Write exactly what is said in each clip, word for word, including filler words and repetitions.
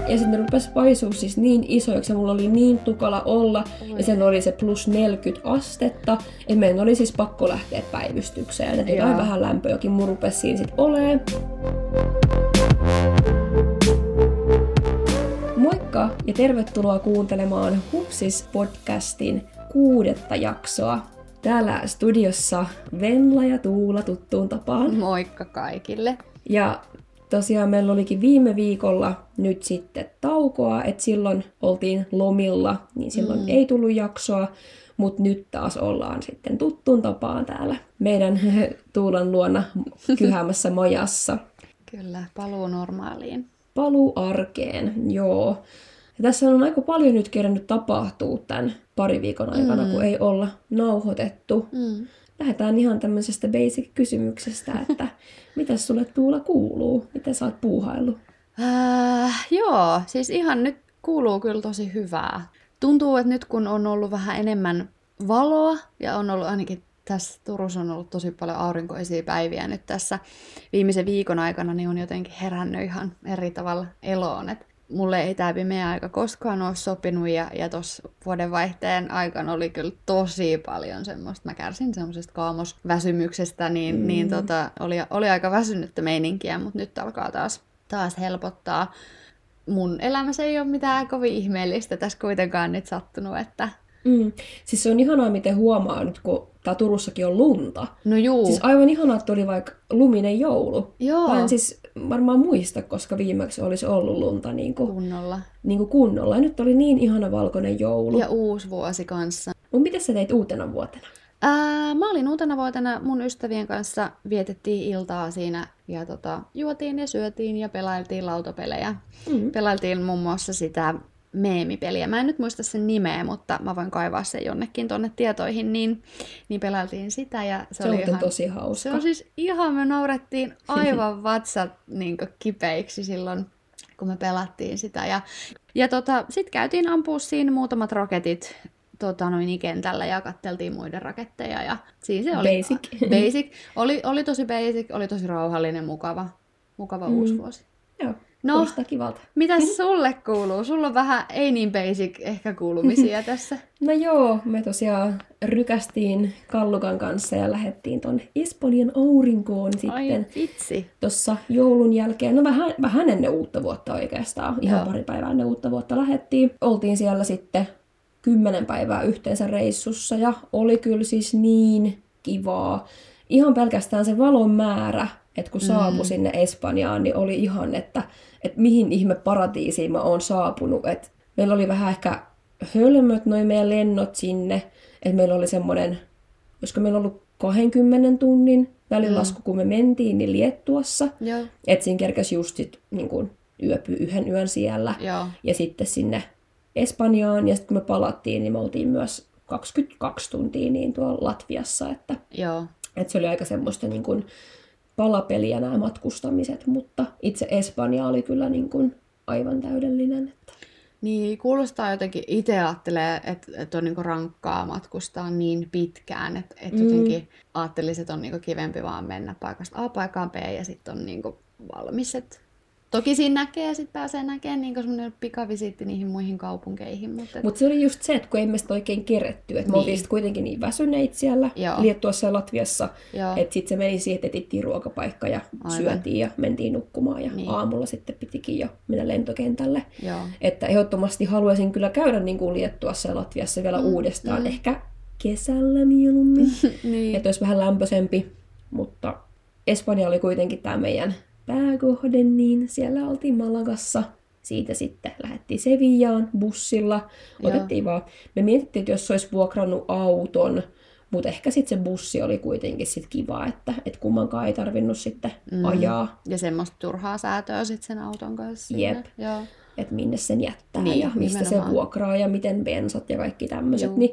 Ja sitten ne rupesi paisua siis niin isoiksi ja mulla oli niin tukala olla. Oi. Ja sen oli se plus neljäkymmentä astetta. Ja meidän oli siis pakko lähteä päivystykseen. Että jotain vähän lämpöäkin mun rupesi siinä sit oleen. Moikka ja tervetuloa kuuntelemaan Hupsis-podcastin kuudetta jaksoa. Täällä studiossa Venla ja Tuula tuttuun tapaan. Moikka kaikille. Ja tosiaan meillä olikin viime viikolla nyt sitten taukoa, että silloin oltiin lomilla, niin silloin mm. ei tullut jaksoa, mutta nyt taas ollaan sitten tuttuun tapaan täällä meidän Tuulan luona kyhäämässä majassa. Kyllä, paluu normaaliin. Paluu arkeen, joo. Ja tässä on aika paljon nyt kerännyt tapahtuu tämän pari viikon aikana, mm. kun ei olla nauhoitettu. Mm. Lähdetään ihan tämmöisestä basic-kysymyksestä, että mitä sulle Tuula kuuluu? Mitä sä oot puuhaillut? Äh, joo, siis ihan nyt kuuluu kyllä tosi hyvää. Tuntuu, että nyt kun on ollut vähän enemmän valoa ja on ollut ainakin tässä Turussa on ollut tosi paljon aurinkoisia päiviä nyt tässä viimeisen viikon aikana, niin on jotenkin herännyt ihan eri tavalla eloon. Et mulle ei tämä pimeä aika koskaan ole sopinut ja, ja tuossa vuodenvaihteen aikana oli kyllä tosi paljon semmoista. Mä kärsin semmoisesta kaamosväsymyksestä, niin, mm. niin tota, oli, oli aika väsynyttä meininkiä, mutta nyt alkaa taas, taas helpottaa. Mun elämässä ei ole mitään kovin ihmeellistä tässä kuitenkaan nyt sattunut, että Mm. Siis se on ihanaa, miten huomaa nyt, kun tää Turussakin on lunta. No juu. Siis aivan ihanaa, että oli vaikka luminen joulu. Joo. Mä en siis varmaan muista, koska viimeksi olisi ollut lunta niin kuin kunnolla. Niin kuin kunnolla. Ja nyt oli niin ihana valkoinen joulu. Ja uusi vuosi kanssa. Mut mitä sä teit uutena vuotena? Ää, mä olin uutena vuotena mun ystävien kanssa, vietettiin iltaa siinä ja tota, juotiin ja syötiin ja pelailtiin lautapelejä. Mm. Pelailtiin muun muassa sitä meemipeliä. Mä en nyt muista sen nimeä, mutta mä voin kaivaa sen jonnekin tonne tietoihin, niin, niin pelailtiin sitä. Ja se, se oli on ihan, tosi hauska. Se on siis ihan, me naurettiin aivan vatsat niin kuin kipeiksi silloin, kun me pelattiin sitä. Ja, ja tota, sit käytiin ampua siinä muutamat raketit tota, noin kentällä ja katteltiin muiden raketteja. Ja siinä se oli basic. basic. Oli, oli tosi basic, oli tosi rauhallinen, mukava, mukava mm. uusi vuosi. Joo. No, kivalta. Mitäs sulle kuuluu? Sulla on vähän ei niin basic ehkä kuulumisia tässä. No joo, me tosiaan rykästiin Kallukan kanssa ja lähdettiin ton Espanjan aurinkoon sitten. Ai tuossa joulun jälkeen. No vähän, vähän ennen uutta vuotta oikeastaan. Ihan joo. Pari päivää ennen uutta vuotta lähdettiin. Oltiin siellä sitten kymmenen päivää yhteensä reissussa ja oli kyllä siis niin kivaa. Ihan pelkästään se valon määrä, että kun saapui mm. sinne Espanjaan, niin oli ihan, että, että mihin ihme paratiisiin mä oon saapunut. Et meillä oli vähän ehkä hölmöt noin meidän lennot sinne, että meillä oli semmoinen, olisiko meillä ollut kaksikymmentä tunnin välilasku, mm. kun me mentiin, niin Liettuassa. Että siinä kerkäsi just sit, niin kun yöpy yhden yön siellä. Joo. Ja sitten sinne Espanjaan, ja sitten kun me palattiin, niin me oltiin myös kaksikymmentäkaksi tuntia niin tuolla Latviassa. Että, Joo. että se oli aika semmoista niin kun palapeliä nämä matkustamiset, mutta itse Espanja oli kyllä niin kuin aivan täydellinen. Että niin, kuulostaa jotenkin, itse ajattelee, että, että on niin kuin rankkaa matkustaa niin pitkään, että, että mm. jotenkin ajattelisin, että on niin kuin kivempi vaan mennä paikasta A paikkaan B ja sitten on niin kuin valmis. Että toki siinä näkee ja sitten pääsee näkemään niin semmoinen pikavisiitti niihin muihin kaupunkeihin. Mutta Mut se oli just se, että kun ei me sitä oikein keretty. Että niin. Me oltiin kuitenkin niin väsyneitä siellä Joo. Liettuassa ja Latviassa. Että sitten se meni siihen, että etittiin ruokapaikka ja Aivan. syötiin ja mentiin nukkumaan. Ja niin. aamulla sitten pitikin jo mennä lentokentälle. Joo. Että ehdottomasti haluaisin kyllä käydä niin kuin Liettuassa ja Latviassa vielä mm. uudestaan. Mm. Ehkä kesällä mieluummin. niin. Että olisi vähän lämpöisempi. Mutta Espanja oli kuitenkin tämä meidän pääkohde, niin siellä oltiin Malagassa. Siitä sitten lähdettiin Sevillaan bussilla. Otettiin vaan, me mietittiin, että jos olisi vuokrannut auton, mutta ehkä sitten se bussi oli kuitenkin sit kiva, että et kummankaan ei tarvinnut sitten mm. ajaa. Ja semmoista turhaa säätöä sitten sen auton kanssa. Jep. Että minne sen jättää niin, ja mistä nimenomaan. Se vuokraa ja miten bensat ja kaikki tämmöiset. Niin.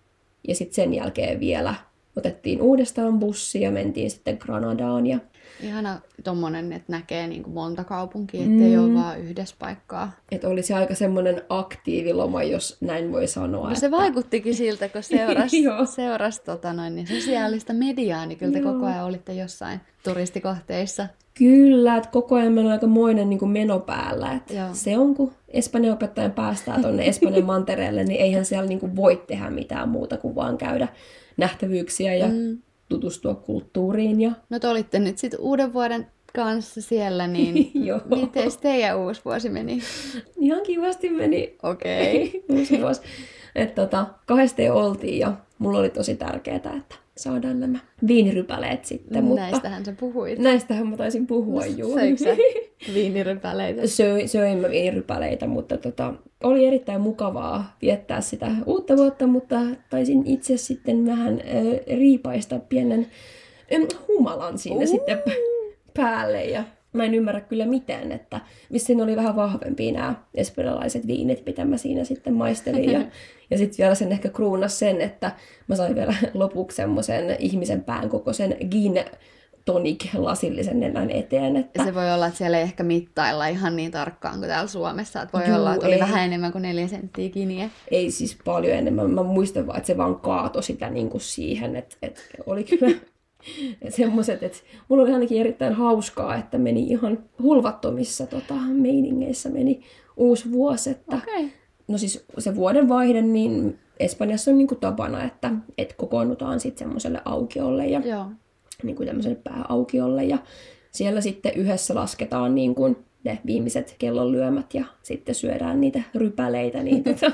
Ja sitten sen jälkeen vielä otettiin uudestaan bussi ja mentiin sitten Granadaan ja ihana tommonen, että näkee niin kuin monta kaupunkia, ettei mm. ole vaan yhdessä paikkaa. Että olisi aika semmoinen aktiiviloma, jos näin voi sanoa. No että se vaikuttikin siltä, kun seurasi seuras, tota noin, niin sosiaalista mediaa, niin kyllä te koko ajan olitte jossain turistikohteissa. Kyllä, että koko ajan meillä on aikamoinen niin kuin meno päällä. Että se on, kun espanjan opettajan päästää tuonne Espanjan mantereelle, niin eihän siellä niin kuin voi tehdä mitään muuta kuin vaan käydä nähtävyyksiä ja mm. tutustua kulttuuriin. Ja... No te olitte nyt sitten uuden vuoden kanssa siellä, niin miten teidän uusi vuosi meni? Ihan kivasti meni. Okei. Okay. Uusi vuosi. Että tota, kahdesti oltiin ja mulla oli tosi tärkeää, että saadaan nämä viinirypäleet sitten. Mutta näistähän sä puhuit. Näistähän mä taisin puhua juuri. Söikö sä viinirypäleitä? Söin, söin mä viinirypäleitä, mutta tota, oli erittäin mukavaa viettää sitä uutta vuotta, mutta taisin itse sitten vähän äh, riipaista pienen äh, humalan sinne uh. sitten päälle. Ja mä en ymmärrä kyllä mitään, että vissiin oli vähän vahvempia nämä espanjalaiset viinit, mitä mä siinä sitten maistelin. Ja, ja sitten vielä sen ehkä kruunas sen, että mä sain vielä lopuksi semmoisen ihmisen pään kokoisen gin tonic lasillisen nenän eteen. Että... Se voi olla, että siellä ei ehkä mittailla ihan niin tarkkaan kuin täällä Suomessa. Että voi Juu, olla, että oli ei. vähän enemmän kuin neljä senttiä giniä. Ei siis paljon enemmän. Mä muistan vaan, että se vaan kaatoi sitä niin kuin siihen, että, että oli kyllä... semmoiset, että mulla oli ainakin erittäin hauskaa, että meni ihan hulvattomissa tota, meiningeissä meni uusi vuosi. Että, okay. No siis se vuoden vaihde, niin Espanjassa on niinku tapana, että et kokoonnutaan sitten semmoiselle aukiolle ja Joo. niinku tämmöiselle pääaukiolle ja siellä sitten yhdessä lasketaan niinku ne viimeiset kellonlyömät ja sitten syödään niitä rypäleitä. Niin tota,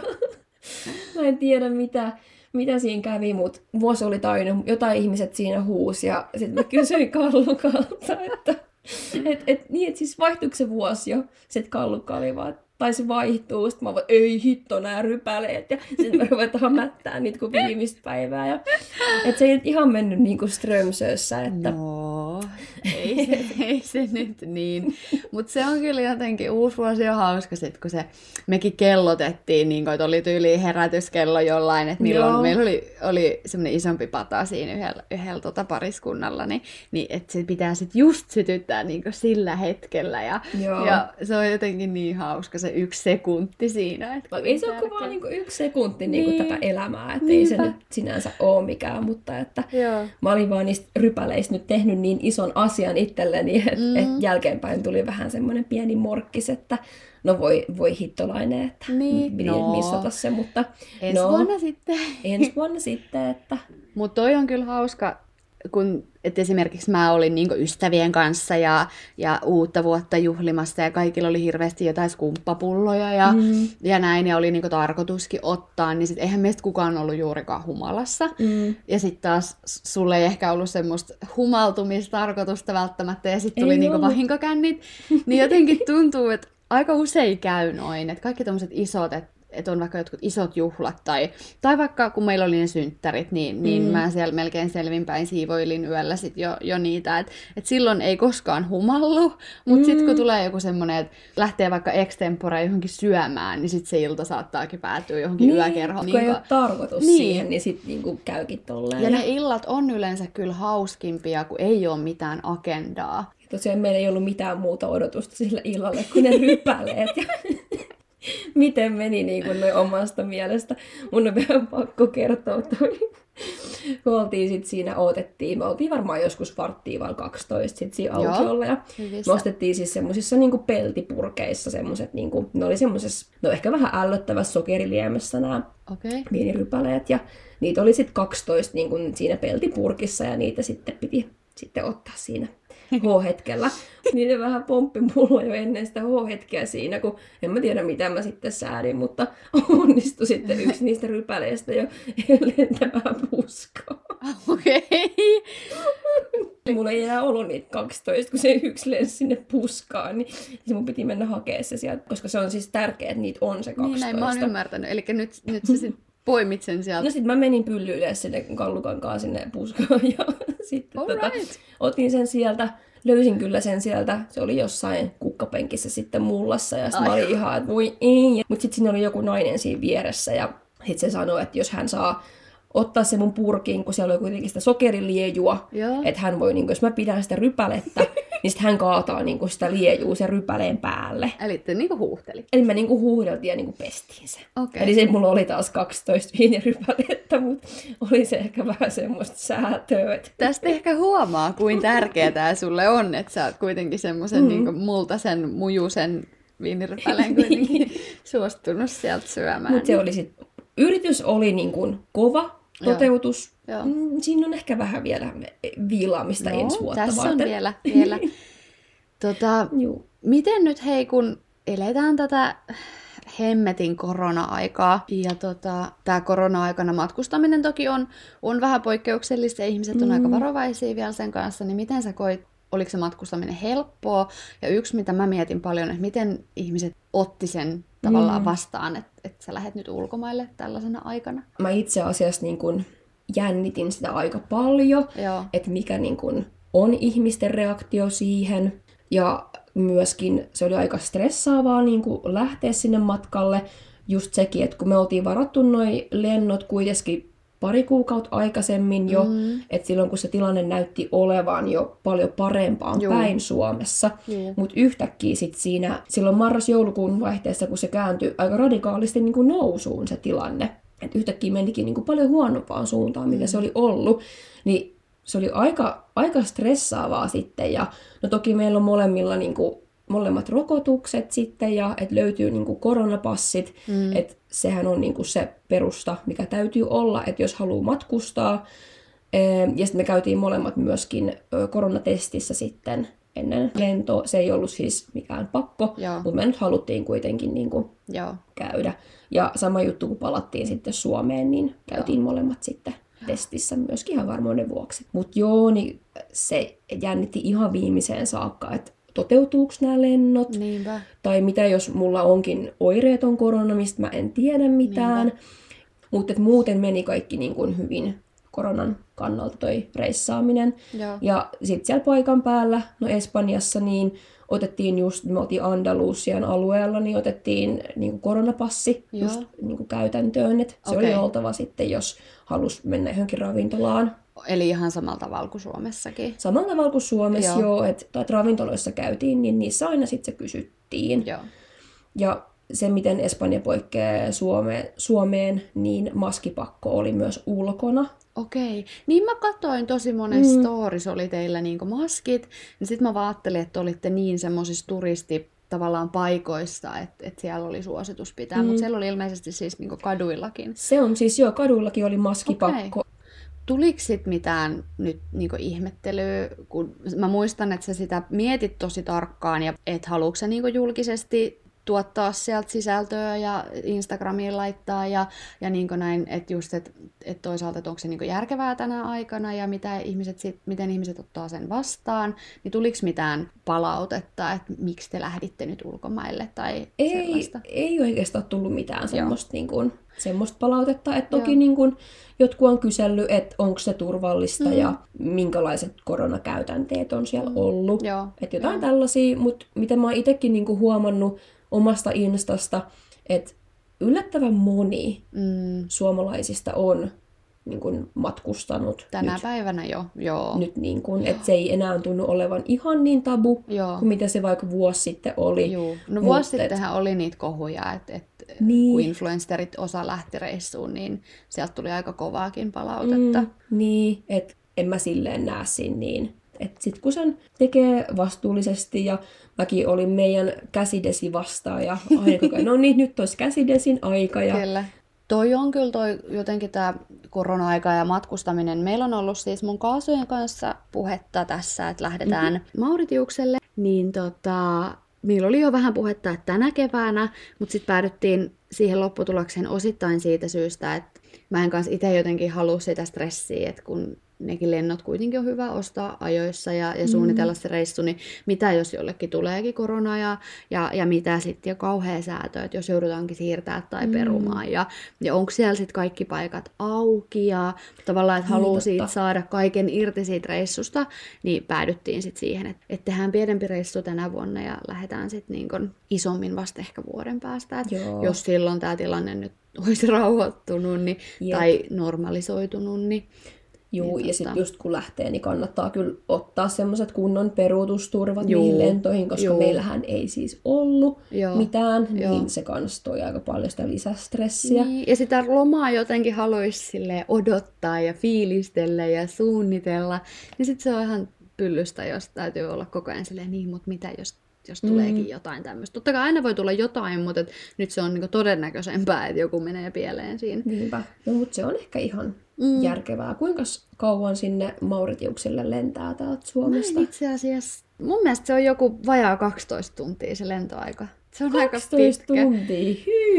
mä en tiedä mitä... Mitä siinä kävi, mutta vuosi oli tainnut, jotain ihmiset siinä huusi ja sitten mä kysyin Kallukalta, että et, et, niin, et siis vaihtuiko se vuosi jo? Sitten Kallukka oli vaan, tai se vaihtuu. Sitten mä vaan, ei hitto, nää rypäleet. Ja sitten me ruvetaan mättää niitä kuin viimeistä päivää. Ja, et se ei ihan mennyt niin kuin Strömsössä. Että... No, ei se, ei se nyt niin. Mutta se on kyllä jotenkin, uusi vuosi on hauska sit, kun se, mekin kellotettiin, niin kuin, että oli tyyliin herätyskello jollain, että milloin Joo. meillä oli, oli semmoinen isompi pata siinä yhdellä, yhdellä tota pariskunnalla, niin, niin että se pitää sitten just sytyttää niin kuin sillä hetkellä. Ja, ja se on jotenkin niin hauska se yksi sekunti siinä. Että ei se ole kuin vaan niin kuin yksi sekunti niin kuin niin. tätä elämää, että ei se nyt sinänsä ole mikään, mutta että mä olin vaan niistä rypäleistä nyt tehnyt niin ison asian itselleni, että mm. et jälkeenpäin tuli vähän semmoinen pieni morkkis, että no voi, voi hittolainen, että niin. piti no. missata se, mutta ensi no, vuonna sitten. Ensi vuonna sitten, että... Mutta toi on kyllä hauska, kun et esimerkiksi mä olin niinku ystävien kanssa ja, ja uutta vuotta juhlimassa ja kaikilla oli hirveästi jotain skumppapulloja ja, mm. ja näin ja oli niinku tarkoituskin ottaa, niin sit eihän meistä kukaan ollut juurikaan humalassa. Mm. Ja sitten taas sulle ei ehkä ollut semmoista humaltumistarkoitusta välttämättä ja sitten tuli niinku vahinkokännit, niin jotenkin tuntuu, että aika usein käy noin, että kaikki tommoset isot, että että on vaikka jotkut isot juhlat, tai, tai vaikka kun meillä oli ne synttärit, niin, niin mm. mä siellä melkein selvinpäin siivoilin yöllä sit jo, jo niitä, että et silloin ei koskaan humallu, mutta mm. sitten kun tulee joku semmoinen, että lähtee vaikka extempore johonkin syömään, niin sitten se ilta saattaakin päätyä johonkin niin, yökerhoon. Kun niin, ei ole tarkoitus niin. siihen, niin sitten niinku käykin tolleen. Ja, ja ne illat on yleensä kyllä hauskimpia, kun ei ole mitään agendaa. Tosiaan meillä ei ollut mitään muuta odotusta sillä illalle kuin ne rypäleet. Miten meni niin kuin noin omasta mielestä. Mun on vielä pakko kertoa toi. Kun oltiin sit siinä, odotettiin, me oltiin varmaan joskus varttia vai kaksitoista sit siinä aukiolla. Ja me ostettiin siis semmosissa niinku peltipurkeissa semmoset, niinku, ne oli semmosessa, no ehkä vähän ällöttävässä sokeriliemessä nämä okay. viinirypäleet. Ja niitä oli sit kaksitoista niinku siinä peltipurkissa ja niitä sitten piti sitten ottaa siinä H-hetkellä. Niitä vähän pomppi mulla jo ennen sitä H-hetkeä siinä, kun en mä tiedä mitä mä sitten säädin, mutta onnistui sitten yksi niistä rypäleistä jo lentämään puskaan. Okei. Okay. Mulla ei enää ollut niitä kaksitoista, kun se yksi lensi sinne puskaan, niin mun piti mennä hakemaan se sieltä, koska se on siis tärkeää, että niitä on se kaksitoista. Niin näin mä oon ymmärtänyt, eli nyt, nyt sä sit poimit sen sieltä. No sit mä menin pyllyille sinne Kallukankaan sinne puskaan ja sitten tota, otin sen sieltä. Löysin kyllä sen sieltä, se oli jossain kukkapenkissä sitten mullassa ja sitten mä olin ihan, että voi ei. Mutta sitten siinä oli joku nainen siinä vieressä ja sitten se sanoi, että jos hän saa ottaa se mun purkiin, kun siellä oli kuitenkin sitä sokeriliejua. Että hän voi, niin kun, jos mä pidän sitä rypälettä, niin sitten hän kaataa niin kun, sitä liejua sen rypäleen päälle. Eli te niin kuin huuhteli? Eli mä niin kuin huuhdeltiin ja niin kuin pestiin se. Okay. Eli se mulla oli taas kaksitoista viinirypälettä, mutta oli se ehkä vähän semmoista säätöä. Että... Tästä ehkä huomaa, kuin tärkeää tämä sulle on, että sä oot kuitenkin semmoisen mm. niin kuin multaisen, mujusen viinirypäleen kuitenkin suostunut sieltä syömään. Mutta se oli sit, yritys oli niin kuin kova toteutus. Joo. Mm, siinä on ehkä vähän vielä viilaamista no, ensi vuotta tässä varten. on vielä. vielä. tota, miten nyt hei, kun eletään tätä hemmetin korona-aikaa, ja tota, tämä korona-aikana matkustaminen toki on, on vähän poikkeuksellista, ja ihmiset on mm. aika varovaisia vielä sen kanssa, niin miten sä koit, oliko se matkustaminen helppoa? Ja yksi, mitä mä mietin paljon, että miten ihmiset otti sen tavallaan vastaan, että, että sä lähdet nyt ulkomaille tällaisena aikana? Mä itse asiassa niin kun jännitin sitä aika paljon, Joo. että mikä niin kun on ihmisten reaktio siihen. Ja myöskin se oli aika stressaavaa niin kun lähteä sinne matkalle. Just sekin, että kun me oltiin varattu noi lennot kuitenkin pari kuukautta aikaisemmin jo, mm. että silloin kun se tilanne näytti olevan jo paljon parempaan Juu. päin Suomessa, mutta yhtäkkiä sit siinä silloin marras-joulukuun vaihteessa, kun se kääntyi aika radikaalisti niin kuin nousuun se tilanne, että yhtäkkiä menikin niin kuin paljon huonompaan suuntaan, mitä mm. se oli ollut, niin se oli aika, aika stressaavaa sitten, ja no toki meillä on molemmilla niin kuin molemmat rokotukset sitten, ja että löytyy niinku koronapassit, mm. että sehän on niinku se perusta, mikä täytyy olla, että jos haluaa matkustaa. Ja sitten me käytiin molemmat myöskin koronatestissä sitten ennen lentoa. Se ei ollut siis mikään pakko, Joo. mutta me nyt haluttiin kuitenkin niinku Joo. käydä. Ja sama juttu, kun palattiin sitten Suomeen, niin käytiin Joo. molemmat sitten testissä myöskin ihan varmuuden vuoksi. Mutta joo, niin se jännitti ihan viimeiseen saakka, että toteutuuko nämä lennot, Niinpä. tai mitä jos mulla onkin oireeton korona, mistä mä en tiedä mitään. Mutta muuten meni kaikki niin kuin hyvin koronan kannalta toi reissaaminen. Joo. Ja sitten siellä paikan päällä, no Espanjassa, niin otettiin just, me oltiin Andalusian alueella, niin otettiin niin kuin koronapassi Joo. just niin kuin käytäntöön. Et se okay. oli oltava sitten, jos halusi mennä johonkin ravintolaan. Eli ihan samalla tavalla kuin Suomessakin? Samalla tavalla kuin Suomessa, joo. joo että et ravintoloissa käytiin, niin niissä aina sitten se kysyttiin. Joo. Ja se, miten Espanja poikkeaa Suomeen, Suomeen, niin maskipakko oli myös ulkona. Okei. Niin mä katsoin tosi monessa mm. stories oli teillä niinku maskit, niin sit mä ajattelin, että olitte niin semmoisissa turisti tavallaan paikoissa, että, että siellä oli suositus pitää, mm. mutta siellä oli ilmeisesti siis niinku kaduillakin. Se on siis, joo, kaduillakin oli maskipakko. Okay. Tuliko sitten mitään nyt niinku ihmettelyä, kun mä muistan, että sä sitä mietit tosi tarkkaan, ja et haluatko sä niinku julkisesti tuottaa sieltä sisältöä ja Instagramiin laittaa ja, ja niin kuin näin, että just, että et toisaalta, että onko se niin kuin järkevää tänä aikana ja mitä ihmiset sit, miten ihmiset ottaa sen vastaan, niin tuliko mitään palautetta, että miksi te lähditte nyt ulkomaille tai ei, sellaista? Ei oikeastaan tullut mitään semmoista, niin kuin, semmoista palautetta, että toki niin kuin, jotkut on kysellyt, että onko se turvallista mm. ja minkälaiset koronakäytänteet on siellä ollut. Joo. Että jotain Joo. tällaisia, mutta mitä mä oon itsekin niin kuin huomannut omasta Instasta, että yllättävän moni mm. suomalaisista on niin kuin matkustanut. Tänä nyt, päivänä jo, joo. Nyt niin kuin, että se ei enää tunnu olevan ihan niin tabu, joo. kuin mitä se vaikka vuosi sitten oli. Joo. No vuosi sittenhän oli niitä kohuja, että et, niin. kun influencerit osa lähti reissuun, niin sieltä tuli aika kovaakin palautetta. Mm, niin, että en mä silleen näe siinä niin. Että sit kun sen tekee vastuullisesti, ja mäkin olin meidän käsidesi vastaan, ja aina no niin, nyt olisi käsidesin aika. Ja... Kyllä. Toi on kyllä toi jotenkin tämä korona-aika ja matkustaminen. Meillä on ollut siis mun kaasujen kanssa puhetta tässä, että lähdetään mm-hmm. Mauritiukselle. Niin tota, meillä oli jo vähän puhetta, että tänä keväänä, mutta sitten päädyttiin siihen lopputulokseen osittain siitä syystä, että mä en kanssa itse jotenkin halua sitä stressiä, että kun nekin lennot kuitenkin on hyvä ostaa ajoissa ja, ja suunnitella se reissu, niin mitä jos jollekin tuleekin korona ja, ja, ja mitä sitten jo kauhea säätö, että jos joudutaankin siirtää tai perumaan mm. ja, ja onko siellä sitten kaikki paikat auki ja tavallaan, että haluaa siitä saada kaiken irti siitä reissusta, niin päädyttiin sitten siihen, että, että tehdään pienempi reissu tänä vuonna ja lähdetään sitten niin kun isommin vasta ehkä vuoden päästä, että jos silloin tämä tilanne nyt olisi rauhoittunut niin, tai normalisoitunut, niin Juu, niin ja sitten just kun lähtee, niin kannattaa kyllä ottaa semmoiset kunnon peruutusturvat Juu. niihin lentoihin, koska Juu. meillähän ei siis ollut Joo. mitään, Joo. niin se kans toi aika paljon sitä lisästressiä. Niin, ja sitä lomaa jotenkin haluaisi odottaa ja fiilistellä ja suunnitella, niin sitten se on ihan pyllystä, jos täytyy olla koko ajan silleen, niin, mutta mitä jos jos tuleekin mm. jotain tämmöistä. Totta kai aina voi tulla jotain, mutta et nyt se on niinku todennäköisempää, että joku menee pieleen siinä. Niinpä. No, mutta se on ehkä ihan mm. järkevää. Kuinka kauan sinne Mauritiukselle lentää täältä Suomesta? Mä itse asiassa, mun mielestä se on joku vajaa kaksitoista tuntia se lentoaika. Se on kaksitoista aika pitkä. Tuntia,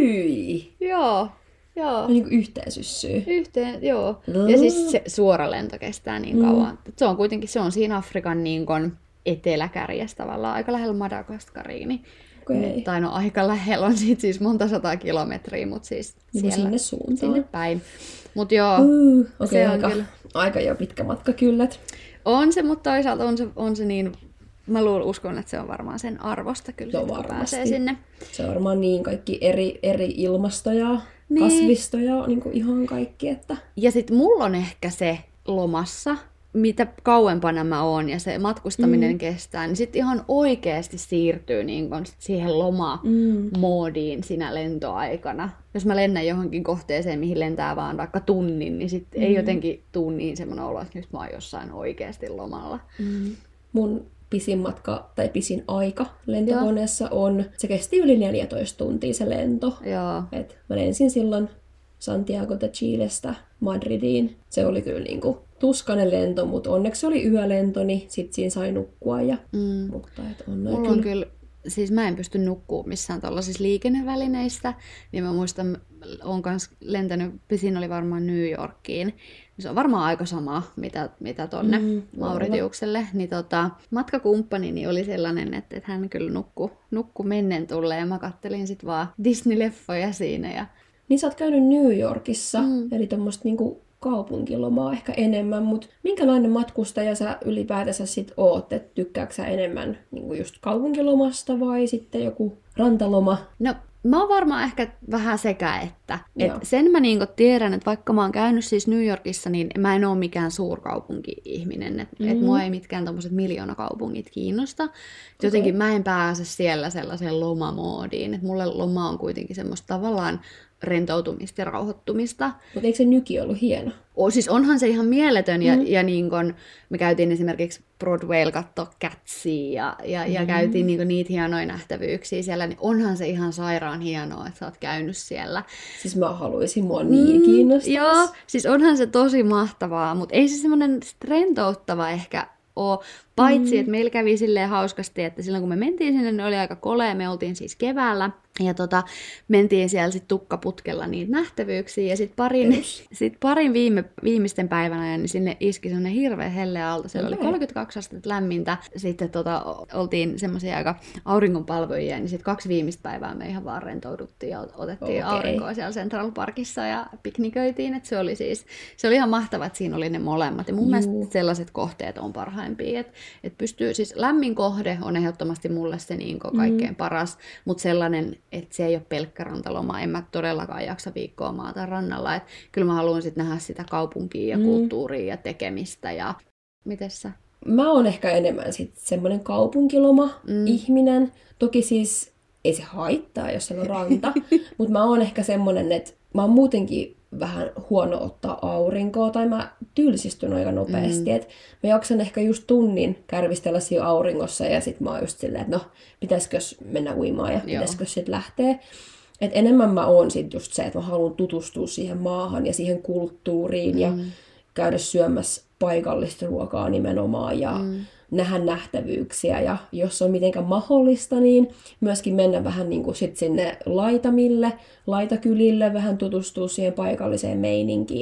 hyi! Joo. Joo. Niin kuin yhteen syssyyn. Yhteen, joo. Mm. Ja siis se suora lento kestää niin mm. kauan. Se on kuitenkin, se on siinä Afrikan niin kuin eteläkärjessä tavallaan, aika lähellä Madagaskariin. Niin okay. Tai no aika lähellä on siitä siis monta sataa kilometriä, mutta siis niin siellä, sinne suuntaan. Sinne päin. Mut joo, uh, okay, se aika, on kyllä aika jo pitkä matka kyllä. On se, mutta toisaalta on se, on se niin, mä luulen, uskon, että se on varmaan sen arvosta kyllä, no, sit, kun pääsee sinne. Se on varmaan niin kaikki eri, eri ilmastoja, niin. kasvistoja, niin kuin ihan kaikki. Että ja sit mulla on ehkä se lomassa, mitä kauempana mä oon ja se matkustaminen mm. kestää, niin sitten ihan oikeasti siirtyy niin kun siihen lomamoodiin mm. siinä lentoaikana. Jos mä lennän johonkin kohteeseen, mihin lentää vaan vaikka tunnin, niin sitten mm. ei jotenkin tuu niin semmoinen olo, että nyt mä oon jossain oikeasti lomalla. Mm. Mun pisin matka tai pisin aika lentokoneessa on, se kesti yli neljätoista tuntia se lento. Joo. Et mä lensin silloin Santiago de Chilestä Madridiin. Se oli kyllä niinku tuskainen lento, mutta onneksi se oli yölento, niin sit siinä sai nukkua. Ja, mm. mutta et on Mulla kyllä... on kyllä, siis mä en pysty nukkuu missään tuollaisissa liikennevälineissä, niin mä muistan, olen kans lentänyt, pisin oli varmaan New Yorkiin. Se on varmaan aika sama, mitä, mitä tonne mm, Mauritiukselle. Niin tota, matkakumppani niin oli sellainen, että, että hän kyllä nukkui nukku mennen tulleen ja mä kattelin sit vaan Disney-leffoja siinä. Ja... Niin sä oot käynyt New Yorkissa, mm. eli tommoista niinku kaupunkilomaa ehkä enemmän, mutta minkälainen matkustaja sä ylipäätänsä sit oot? Et tykkääksä sä enemmän niinku just kaupunkilomasta vai sitten joku rantaloma? No, mä oon varmaan ehkä vähän sekä että. Et sen mä niinku tiedän, että vaikka mä oon käynyt siis New Yorkissa, niin mä en oo mikään suurkaupunki-ihminen. Että mm-hmm. et mua ei mitkään tommoset miljoonakaupungit kiinnosta. Okay. Jotenkin mä en pääse siellä sellaiseen lomamoodiin. Että mulle loma on kuitenkin semmoista tavallaan rentoutumista ja rauhoittumista. Mutta eikö se nyki ollut hieno? O, siis onhan se ihan mieletön, ja, mm. ja niin kun me käytiin esimerkiksi Broadwaylla katsoa Catsia, ja, ja, mm. ja käytiin niin niitä hienoja nähtävyyksiä siellä, niin onhan se ihan sairaan hienoa, että sä oot käynyt siellä. Siis mä haluaisin, mua niin kiinnostaisi. Mm, joo, siis onhan se tosi mahtavaa, mutta ei se semmoinen rentouttava ehkä ole, paitsi mm. että meillä kävi silleen hauskasti, että silloin kun me mentiin sinne, niin oli aika kolea, me oltiin siis keväällä, ja tota, mentiin siellä sitten tukkaputkella niitä nähtävyyksiä, ja sitten parin, sit parin viime, viimeisten päivän ajan niin sinne iski semmoinen hirveä helle alta, siellä okay. oli kolmekymmentäkaksi astetta lämmintä, sitten tota, oltiin semmoisia aika auringonpalvojia, niin sitten kaksi viimeistä päivää me ihan vaan rentouduttiin ja otettiin okay. aurinkoa siellä Central Parkissa ja pikniköitiin, että se oli siis, se oli ihan mahtavaa, että siinä oli ne molemmat, ja mun Juu. mielestä sellaiset kohteet on parhaimpia, että et pystyy, siis lämmin kohde on ehdottomasti mulle se niin kaikkein mm. paras, mutta sellainen, että se ei ole pelkkä rantaloma. En mä todellakaan jaksa viikkoa maata rannalla. Et kyllä mä haluan sit nähdä sitä kaupunkia ja mm. kulttuuria ja tekemistä. Ja... Mites sä? Mä oon ehkä enemmän sit semmoinen kaupunkiloma-ihminen. Mm. Toki siis ei se haittaa, jos siellä on ranta. Mutta mä oon ehkä semmoinen, että mä oon muutenkin vähän huono ottaa aurinkoa, tai mä tylsistyn aika nopeasti. Mm. Et mä jaksan ehkä just tunnin kärvistellä siinä auringossa, ja sit mä oon just silleen, että no, pitäisikö mennä uimaan, ja pitäisikö sit lähteä. Et enemmän mä oon sit just se, että mä haluan tutustua siihen maahan ja siihen kulttuuriin, mm. ja käydä syömässä paikallista ruokaa nimenomaan, ja mm. nähdä nähtävyyksiä, ja jos on mitenkään mahdollista, niin myöskin mennä vähän niin kuin sit sinne laitamille, laitakylille, vähän tutustua siihen paikalliseen meininkiin.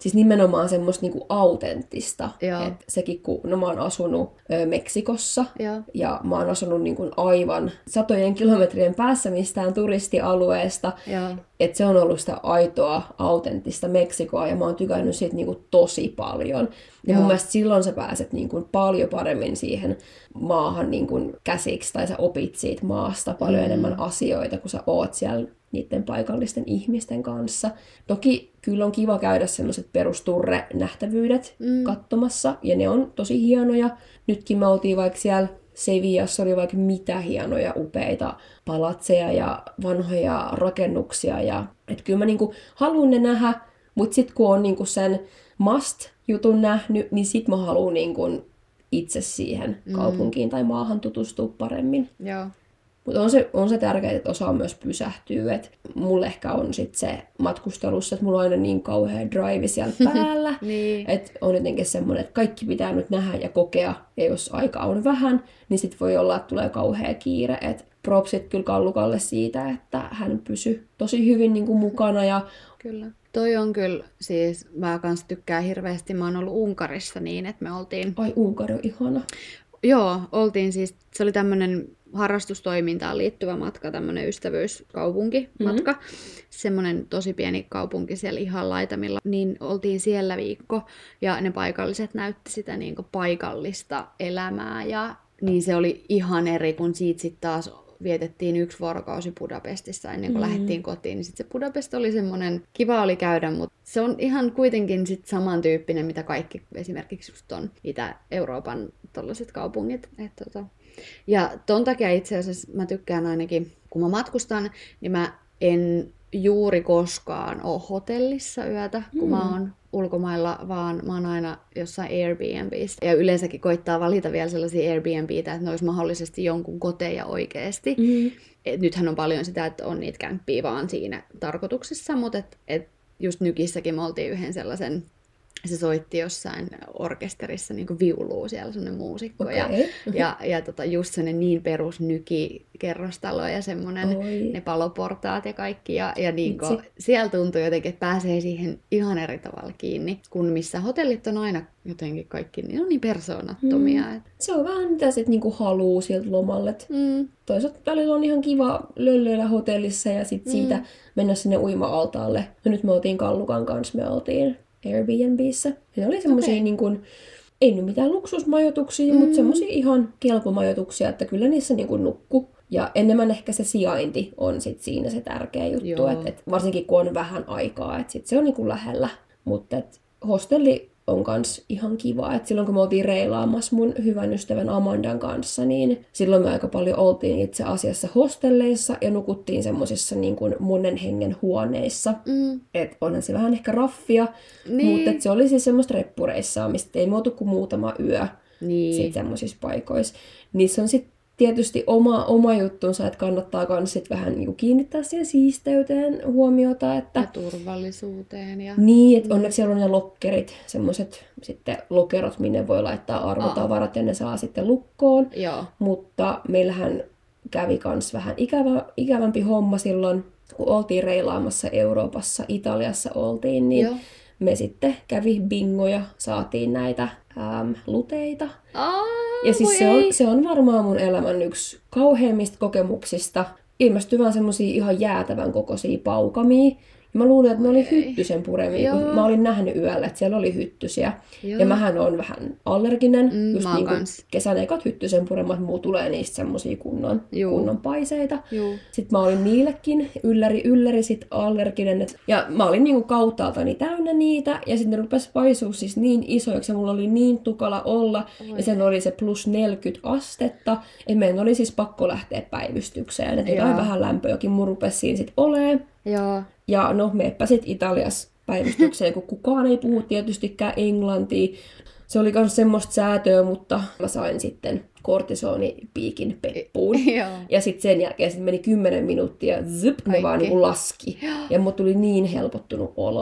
siis nimenomaan semmoista niinku autenttista. Joo. Et sekin, kun no, mä oon asunut ö, Meksikossa Joo. ja mä oon asunut niinku aivan satojen kilometrien päässä mistään turistialueesta. Että se on ollut sitä aitoa, autenttista Meksikoa ja mä oon tykännyt siitä niinku tosi paljon. Ja Joo. mun mielestä silloin sä pääset niinku paljon paremmin siihen maahan niinku käsiksi tai sä opit siitä maasta paljon mm. enemmän asioita, kun sä oot siellä niiden paikallisten ihmisten kanssa. Toki kyllä on kiva käydä sellaiset perusturre-nähtävyydet mm. katsomassa, ja ne on tosi hienoja. Nytkin me oltiin vaikka siellä Sevillassa, oli vaikka mitä hienoja, upeita palatseja ja vanhoja rakennuksia. Ja, et kyllä mä niinku haluan ne nähdä, mutta sitten kun on niinku sen must-jutun nähnyt, niin sit mä haluan niinku itse siihen mm. kaupunkiin tai maahan tutustua paremmin. Joo. Mutta on se, on se tärkeää, että osaa myös pysähtyä. Et mulle ehkä on sit se matkustelussa, että mulla on aina niin kauhea drive siellä päällä. niin. Että on jotenkin semmoinen, että kaikki pitää nyt nähdä ja kokea. Ja jos aika on vähän, niin sit voi olla, että tulee kauhea kiire. Et propsit kyllä Kallukalle siitä, että hän pysyy tosi hyvin niin kuin mukana. Ja... Kyllä. Toi on kyllä, siis mä kans tykkään hirveästi. Mä oon ollut Unkarissa niin, että me oltiin... Ai, Unkari on ihana. Joo, oltiin siis, se oli tämmönen harrastustoimintaan liittyvä matka, tämmönen ystävyyskaupunkimatka. Mm-hmm. Semmoinen tosi pieni kaupunki siellä ihan laitamilla. Niin oltiin siellä viikko ja ne paikalliset näytti sitä niin kuin paikallista elämää. Ja niin se oli ihan eri, kun siitä sitten taas vietettiin yksi vuorokausi Budapestissa ennen kuin mm-hmm. lähdettiin kotiin. Niin sitten se Budapest oli semmoinen, kiva oli käydä, mutta se on ihan kuitenkin sit samantyyppinen, mitä kaikki esimerkiksi just on Itä-Euroopan tollaiset kaupungit. Et tota. Ja ton takia itse asiassa mä tykkään ainakin, kun mä matkustan, niin mä en juuri koskaan ole hotellissa yötä, kun mm. mä oon ulkomailla, vaan mä oon aina jossain Airbnbistä. Ja yleensäkin koittaa valita vielä sellaisia Airbnbitä, että ne olisi mahdollisesti jonkun koteja oikeasti. Mm. Et nythän on paljon sitä, että on niitä kämppiä vaan siinä tarkoituksessa, mutta et, et just Nykissäkin me oltiin yhden sellaisen, se soitti jossain orkesterissa niin kuin viulua siellä, semmoinen muusikko. Okay. Ja, ja, ja tota, just semmoinen niin perus nykikerrostalo ja semmoinen Oi. ne paloportaat ja kaikki. Ja, ja niin kuin, siellä tuntuu jotenkin, että pääsee siihen ihan eri tavalla kiinni, kun missä hotellit on aina jotenkin kaikki niin on niin persoonattomia. Mm. Se on vähän mitä sit niinku haluu sieltä lomalle. Mm. Toisaalta välillä on ihan kiva löllöillä hotellissa ja sit mm. siitä mennä sinne uima-altaalle. No nyt me oltiin Kallukan kanssa, me oltiin Airbnbissä. Ja ne oli semmosia okay. niin kuin, ei nyt mitään luksusmajoituksia, mm. mutta semmosia ihan kelpomajoituksia, että kyllä niissä niin kuin nukku. Ja enemmän ehkä se sijainti on sit siinä se tärkeä juttu, että et varsinkin kun on vähän aikaa, että sit se on niin kuin lähellä. Mutta hostelli on kans ihan kiva, että silloin kun me oltiin reilaamassa mun hyvän ystävän Amandan kanssa, niin silloin me aika paljon oltiin itse asiassa hostelleissa ja nukuttiin semmosissa niin kuin monen hengen huoneissa. Mm. Että onhan se vähän ehkä raffia, niin. mutta se oli siis semmoista reppureissaa, mistä ei muutu kuin muutama yö niin. sit semmosissa paikoissa. Niissä on sit tietysti oma, oma juttunsa, että kannattaa kans sit vähän niinku kiinnittää siihen siisteyteen huomiota. Että... Ja turvallisuuteen. Ja... Niin, että onneksi siellä on ne lokkerit, semmoiset sitten lokerot, minne voi laittaa arvotavarat ja ne saa sitten lukkoon. Joo. Mutta meillähän kävi kans vähän ikävä, ikävämpi homma silloin, kun oltiin reilaamassa Euroopassa, Italiassa oltiin, niin Joo. me sitten kävi bingo ja saatiin näitä äm, luteita. Aa, ja siis se on, se on varmaan mun elämän yksi kauheimmista kokemuksista. Ilmestyi vaan semmosia ihan jäätävän kokoisia paukamia. Ja mä luulin, että ne oli hyttysen puremia, kun mä olin nähnyt yöllä, että siellä oli hyttysiä. Joo. Ja mähän on vähän allerginen. Mm, just niin kuin kesän ekat hyttysen puremat, muu tulee niistä semmosia kunnon, kunnon paiseita. Juu. Sitten mä olin niillekin ylläri, ylläri sit allerginen. Et, ja mä olin niinku kauttaaltani täynnä niitä. Ja sitten ne rupesi paisua siis niin isoiksi ja mulla oli niin tukala olla. Oi. Ja sen oli se plus neljäkymmentä astetta. Et meidän oli siis pakko lähteä päivystykseen. Että jotain vähän lämpöäkin mun rupesi siinä sit olemaan. Joo. Ja no, meppä sit Italiassa päivystykseen, kun kukaan ei puhu tietystikään englantia. Se oli myös semmoista säätöä, mutta mä sain sitten kortisonipiikin peppuun. Ja sitten sen jälkeen sit meni kymmenen minuuttia ja zyp, ne vaan niin laski. Ja mut tuli niin helpottunut olo.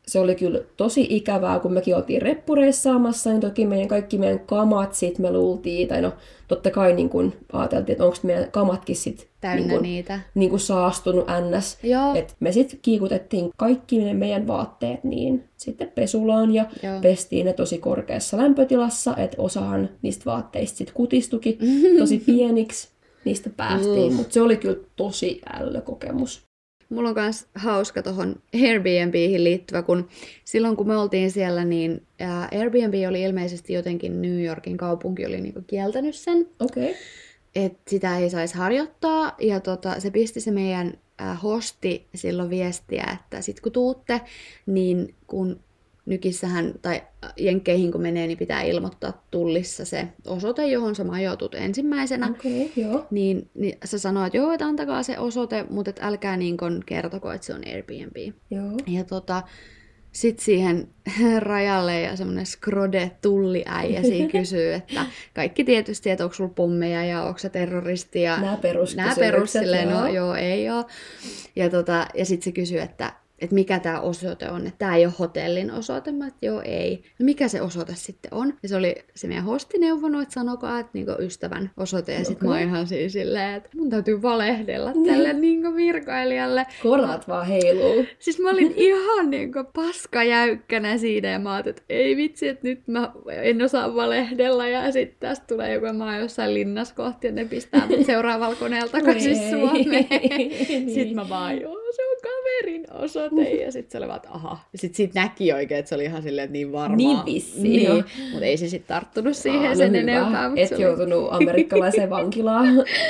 se oli kyllä tosi ikävää, kun mekin oltiin reppureissaamassa, niin toki meidän kaikki meidän kamat sit me luultiin, tai no totta kai niin kun ajateltiin, että onko meidän kamatkin sit täynnä niin kun, niitä. Niin kun saastunut ns. Et me sitten kiikutettiin kaikki ne meidän vaatteet niin sitten pesulaan ja Joo. pestiin ne tosi korkeassa lämpötilassa, että osahan niistä vaatteista sit kutistuki tosi pieniksi. Niistä päästiin, mm. mutta se oli kyllä tosi ällö kokemus. Mulla on myös hauska tuohon Airbnbihin liittyvä, kun silloin kun me oltiin siellä, niin Airbnb oli ilmeisesti jotenkin New Yorkin kaupunki oli niinku kieltänyt sen. Okay. Että sitä ei saisi harjoittaa. Ja tota, se pisti se meidän hosti silloin viestiä, että sit kun tuutte, niin kun Nykissähän, tai jenkkeihin kun menee, niin pitää ilmoittaa tullissa se osoite, johon sä majoitut ensimmäisenä. Okay, joo. Niin, niin sä sanoit, että joo, että antakaa se osoite, mutta et älkää niin kun kertoko, että se on Airbnb. Joo. Ja tota, sit siihen rajalle ja semmonen skrode tulliäijä siinä kysyy, että kaikki tietysti, että onko sulla pommeja ja onko sä terroristi. Ja Nää peruskysymykset, Nää perus, silleen, joo. no joo, ei oo. Ja, tota, ja sit se kysyy, että että mikä tämä osoite on, että tämä ei ole hotellin osoite, mä että joo ei. No mikä se osoite sitten on? Ja se oli se meidän hosti neuvonut, että sanokaa, että niinku ystävän osoite. Ja okay. Sitten mä oon ihan siis silleen, että mun täytyy valehdella mm. tälle niinku virkailijalle. Korvat vaan heiluu. Siis mä olin ihan niinku paskajäykkänä siinä ja mä ajattelin, että ei vitsi, että nyt mä en osaa valehdella. Ja sitten tästä tulee joku, mä oon jossain linnassa kohti ja ne pistää mut seuraavalla koneella takaisin Suomeen. Sitten mä vaan, joo se on kaverin osoite. Ja sitten se oli vaan, että aha. Ja sitten siitä näki oikein, että se oli ihan silleen, että niin varmaa. Niin vissiin. Niin. Mutta ei se sitten tarttunut siihen Aa, no sen hyvä. enempää. Et oli... joutunut amerikkalaiseen vankilaan.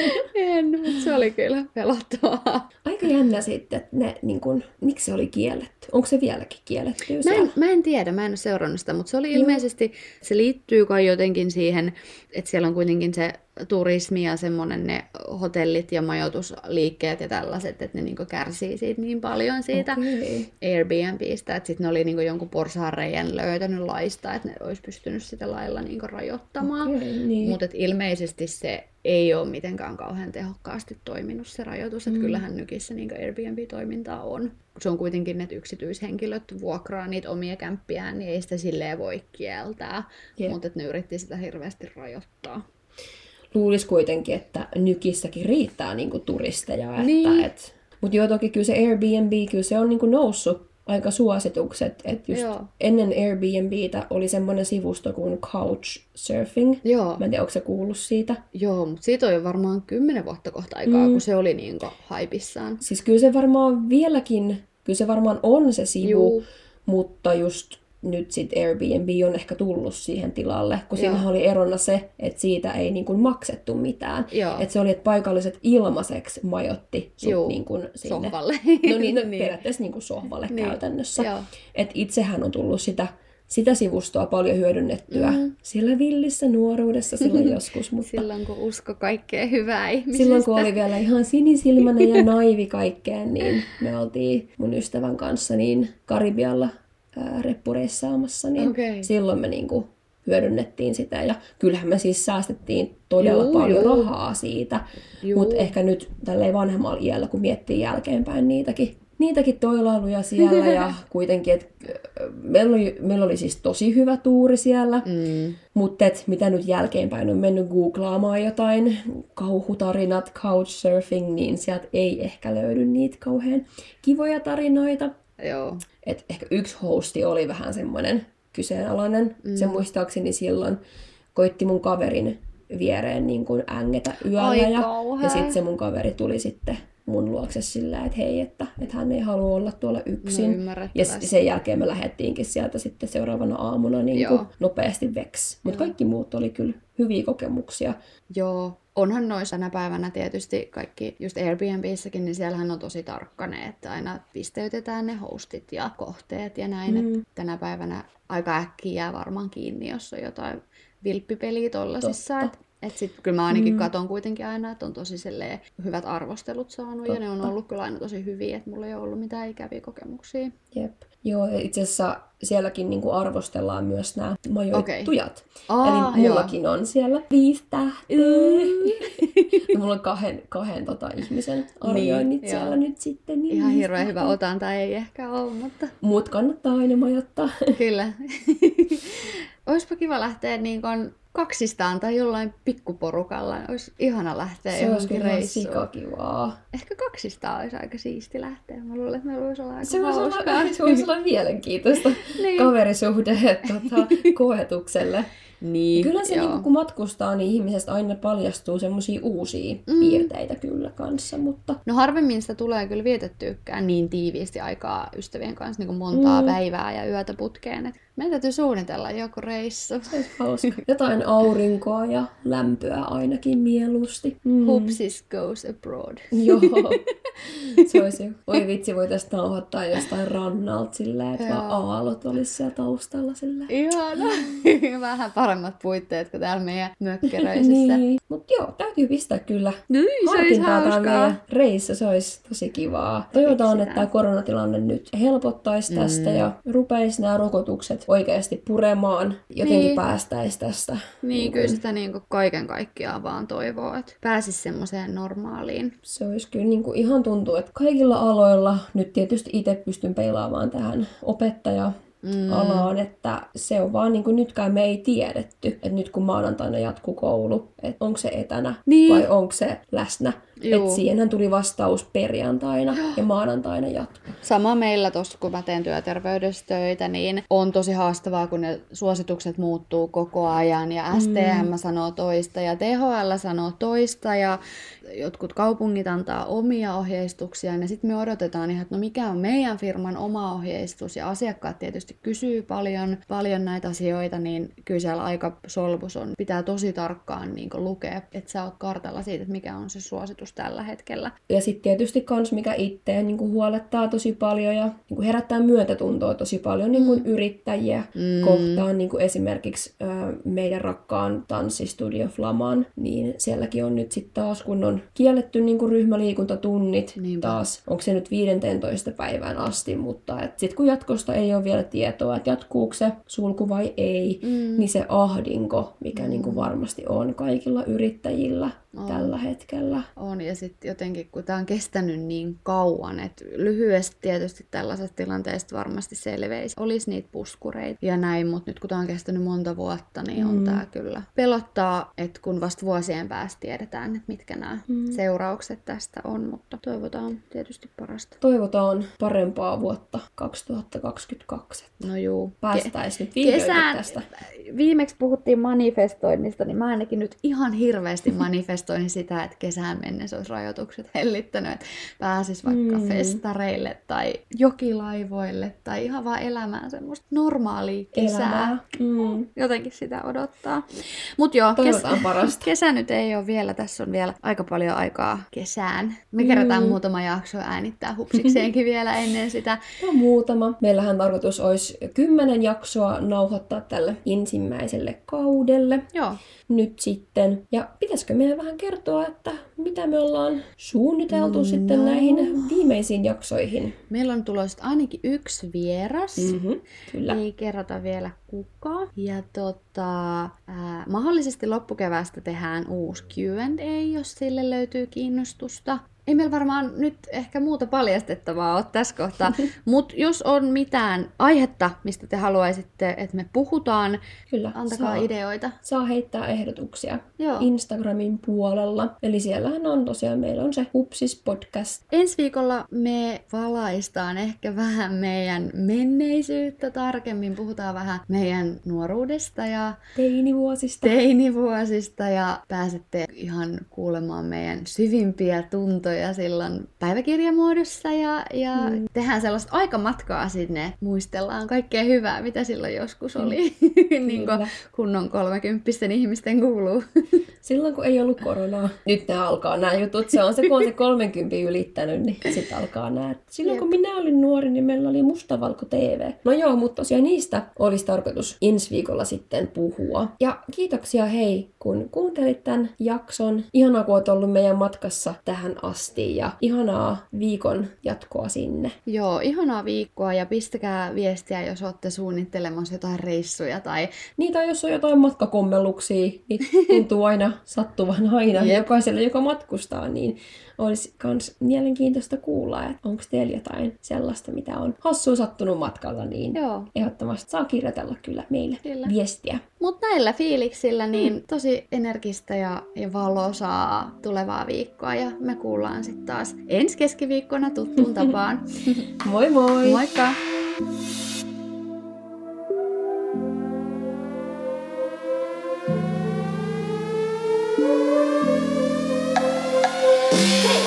En, mutta se oli kyllä pelottavaa. Aika jännä sitten, että ne, niin kun, miksi se oli kielletty? Onko se vieläkin kielletty? Mä en, mä en tiedä, mä en ole seurannut sitä, mutta se oli ilmeisesti, se liittyy kai jotenkin siihen, että siellä on kuitenkin se turismi ja semmoinen ne hotellit ja majoitusliikkeet ja tällaiset, että ne niinku kärsii siitä niin paljon siitä okay. Airbnbistä, että sitten ne oli niinku jonkun porsaanreiän löytänyt laista, että ne olisi pystynyt sitä lailla niinku rajoittamaan. Okay, niin. Mutta ilmeisesti se ei ole mitenkään kauhean tehokkaasti toiminut se rajoitus, että mm. kyllähän Nykissä niinku Airbnb-toimintaa on. Se on kuitenkin, että yksityishenkilöt vuokraa niitä omia kämppiään, niin ei sitä silleen voi kieltää, yeah. mutta ne yritti sitä hirveästi rajoittaa. Luulisi kuitenkin, että Nykissäkin riittää niinku turisteja. Niin. Et, mutta joo, toki kyllä se Airbnb, kyllä se on niinku noussut aika suositukset. Et just ennen Airbnbtä oli semmoinen sivusto kuin Couchsurfing. Joo. Mä en tiedä, onko sä kuullut siitä? Joo, mutta siitä on jo varmaan kymmenen vuotta kohta aikaa, mm. kun se oli niinku haipissaan. Siis kyllä se varmaan vieläkin, kyllä se varmaan on se sivu, Juu. mutta just nyt sitten Airbnb on ehkä tullut siihen tilalle, kun siinähän oli erona se, että siitä ei niin kuin maksettu mitään. Että se oli, että paikalliset ilmaiseksi majoitti sut niin kuin sinne. Sohvalle. No niin, no, niin. periaatteessa niin kuin sohvalle niin. käytännössä. Että itsehän on tullut sitä, sitä sivustoa paljon hyödynnettyä mm. siellä villissä nuoruudessa silloin joskus. Mutta silloin kun usko kaikkea hyvää ihmisistä. Silloin kun oli vielä ihan sinisilmäinen ja naivi kaikkeen, niin me oltiin mun ystävän kanssa niin Karibialla reppureissaamassa, niin okay. silloin me niinku hyödynnettiin sitä. Ja kyllähän me siis säästettiin todella juu, paljon juu. rahaa siitä. Mutta ehkä nyt tälleen vanhemmalla iällä, kun miettii jälkeenpäin niitäkin, niitäkin toilailuja siellä. Ja kuitenkin, että meillä oli, meillä oli siis tosi hyvä tuuri siellä. Mm. Mutta mitä nyt jälkeenpäin on mennyt googlaamaan jotain kauhutarinat, couchsurfing, niin sieltä ei ehkä löydy niitä kauhean kivoja tarinoita. Joo. Et ehkä yksi hosti oli vähän semmoinen kyseenalainen. Mm. Se muistaakseni silloin koitti mun kaverin viereen niin kuin ängetä yöllä. Ai, ja, ja sitten se mun kaveri tuli sitten mun luokse sillä, että hei, että, että hän ei halua olla tuolla yksin. No, ja sen jälkeen me lähdettiinkin sieltä sitten seuraavana aamuna niin kuin nopeasti veksi. Mutta kaikki muut oli kyllä hyviä kokemuksia. Joo. Onhan noissa tänä päivänä tietysti kaikki, just Airbnbissäkin, niin siellähän on tosi tarkkane, että aina pisteytetään ne hostit ja kohteet ja näin. Mm. Että tänä päivänä aika äkkiä jää varmaan kiinni, jos on jotain vilppipeliä tollasissa. Että et sit kyllä mä ainakin mm. katon kuitenkin aina, että on tosi hyvät arvostelut saanut Totta. ja ne on ollut kyllä aina tosi hyviä, että mulla ei ole ollut mitään ikäviä kokemuksia. Jep. Joo, ja itse asiassa sielläkin niinku arvostellaan myös nämä majoittujat. Okay. Aa, Eli mullakin joo. on siellä viisi tähteä. Mm. Ja mulla on kahden, kahden tota, ihmisen arvioinnit niin, siellä joo. nyt sitten. Niin ihan hirveän hyvä otanta ei ehkä ole, mutta... Mut kannattaa aina majoittaa. Kyllä. Oispa kiva lähteä niin kun kaksistaan tai jollain pikkuporukalla. Olisi ihana lähteä se johonkin reissuun. Se olisi sikakivaa. Ehkä kaksistaan olisi aika siisti lähteä. Mä luulen, että meillä voisi olla aika se hauskaa. Olla, se voisi olla mielenkiintoista niin. kaverisuhde tota, koetukselle. Niin, kyllä se, niin kun matkustaa, niin ihmisestä aina paljastuu semmosia uusia mm. piirteitä kyllä kanssa. Mutta... No harvemmin sitä tulee kyllä vietettyykään niin tiiviisti aikaa ystävien kanssa, niin kuin montaa mm. päivää ja yötä putkeen. Et meidän täytyy suunnitella joku reissu. Se olisi hauska. Jotain aurinkoa ja lämpöä ainakin mieluusti. Mm. Hupsis goes abroad. Joo. Se olisi, oi vitsi, voitaisiin nauhoittaa jostain rannalta silleen, että vaan aallot olisi siellä taustalla silleen. Ihana. Vähän paremmat puitteet kuin täällä meidän mökkeröisissä. Niin. Mut joo, täytyy pistää kyllä Nyi, harkintaa tää meidän reissa. Se olisi tosi kivaa. Toivotaan, että tämä koronatilanne nyt helpottaisi tästä mm. ja rupeisi nämä rokotukset oikeasti puremaan. Jotenkin niin. päästäisi tästä. Niin, niin kyllä sitä niin kuin kaiken kaikkiaan vaan toivoo, että pääsisi semmoiseen normaaliin. Se olisi kyllä niin kuin ihan tuntuu, että kaikilla aloilla, nyt tietysti itse pystyn peilaamaan tähän opettaja Mm. alaan, että se on vaan niin kuin nytkään me ei tiedetty, että nyt kun maanantaina jatkuu koulu, että onko se etänä niin. vai onko se läsnä. Että siihenhän tuli vastaus perjantaina ja maanantaina jatkuu. Sama meillä tuossa, kun mä teen työterveydessä töitä, niin on tosi haastavaa, kun ne suositukset muuttuu koko ajan ja S T M mm. sanoo toista ja T H L sanoo toista ja jotkut kaupungit antaa omia ohjeistuksia ja sitten me odotetaan ihan, että no mikä on meidän firman oma ohjeistus ja asiakkaat tietysti kysyy paljon, paljon näitä asioita, niin kyllä siellä aika solvus on. Pitää tosi tarkkaan niin kuin lukea, että sä oot kartalla siitä, että mikä on se suositus tällä hetkellä. Ja sitten tietysti kans, mikä itteen niin kuin huolettaa tosi paljon ja niin kuin herättää myötätuntoa tosi paljon niin kuin mm. yrittäjiä mm. kohtaan. Niin kuin esimerkiksi äh, meidän rakkaan tanssistudio Flaman, niin sielläkin on nyt sitten taas, kun on kielletty niin kuin ryhmäliikuntatunnit Niinpä. taas, onko se nyt viidenteentoista päivään asti, mutta sitten kun jatkosta ei ole vielä tietoa, että jatkuuko se sulku vai ei, mm. niin se ahdinko, mikä mm. niin kuin varmasti on kaikilla yrittäjillä on. tällä hetkellä. On, ja sitten jotenkin, kun tämä on kestänyt niin kauan, että lyhyesti tietysti tällaisesta tilanteesta varmasti selveisi. Olisi niitä puskureita ja näin, mutta nyt kun tämä on kestänyt monta vuotta, niin on mm. tämä kyllä pelottaa, että kun vasta vuosien päästä tiedetään, että mitkä nämä mm. seuraukset tästä on, mutta toivotaan tietysti parasta. Toivotaan parempaa vuotta kaksituhattakaksikymmentäkaksi. No juu. Päästäisiin nyt vihdoin tästä. Viimeksi puhuttiin manifestoinnista, niin mä ainakin nyt ihan hirveästi manifestoin sitä, että kesään mennessä olisi rajoitukset hellittänyt, että pääsis vaikka mm. festareille tai jokilaivoille tai ihan vaan elämään semmoista normaalia kesää. Mm. Jotenkin sitä odottaa. Mut joo, kes- parasta. kesä nyt ei ole vielä, tässä on vielä aika paljon aikaa kesään. Me kerätään mm. muutama jakso äänittää hupsikseenkin vielä ennen sitä. No muutama. Meillähän tarkoitus olisi kymmenen jaksoa nauhoittaa tälle ensimmäiselle kaudelle. Joo. Nyt sitten. Ja pitäisikö meidän vähän kertoa, että mitä me ollaan suunniteltu no. sitten näihin viimeisiin jaksoihin? Meillä on tulossa ainakin yksi vieras. Mm-hmm, kyllä. Ei kerrota vielä kuka. Ja tota, ää, mahdollisesti loppukeväästä tehdään uusi Q and A, jos sille löytyy kiinnostusta. Ei meillä varmaan nyt ehkä muuta paljastettavaa ole tässä kohtaa, mutta jos on mitään aihetta, mistä te haluaisitte, että me puhutaan, Kyllä, antakaa saa, ideoita. Saa heittää ehdotuksia Joo. Instagramin puolella. Eli siellähän on tosiaan, meillä on se Hupsis podcast. Ensi viikolla me valaistaan ehkä vähän meidän menneisyyttä tarkemmin. Puhutaan vähän meidän nuoruudesta ja teinivuosista. teinivuosista ja pääsette ihan kuulemaan meidän syvimpiä tuntoja silloin päiväkirjamuodossa ja, ja mm. tehdään sellaista aikamatkaa sinne. Muistellaan kaikkea hyvää, mitä silloin joskus oli. niin kuin kunnon kolmekymppisten ihmisten kuuluu. Silloin kun ei ollut koronaa. Nyt nämä alkaa nämä jutut. Se on se, kun on se kolmenkympin ylittänyt, niin sitten alkaa nämä. Silloin Jep. kun minä olin nuori, niin meillä oli mustavalko T V. No joo, mutta tosiaan niistä olisi tarkoitus ensi viikolla sitten puhua. Ja kiitoksia hei, kun kuuntelit tämän jakson. Ihanaa, kun olet ollut meidän matkassa tähän asti. asti ja ihanaa viikon jatkoa sinne. Joo, ihanaa viikkoa ja pistäkää viestiä, jos olette suunnittelemassa jotain reissuja tai... Niin, tai jos on jotain matkakommelluksia, niin tuntuu aina sattuvan aina Jep. jokaiselle, joka matkustaa, niin olisi myös mielenkiintoista kuulla, että onko teillä jotain sellaista, mitä on hassua sattunut matkalla, niin Joo. ehdottomasti saa kirjoitella kyllä meille Kyllä. viestiä. Mutta näillä fiiliksillä niin tosi energistä ja, ja valosaa tulevaa viikkoa ja me kuullaan sitten taas ensi keskiviikkona tuttuun tapaan. Moi moi! Moikka! Hey!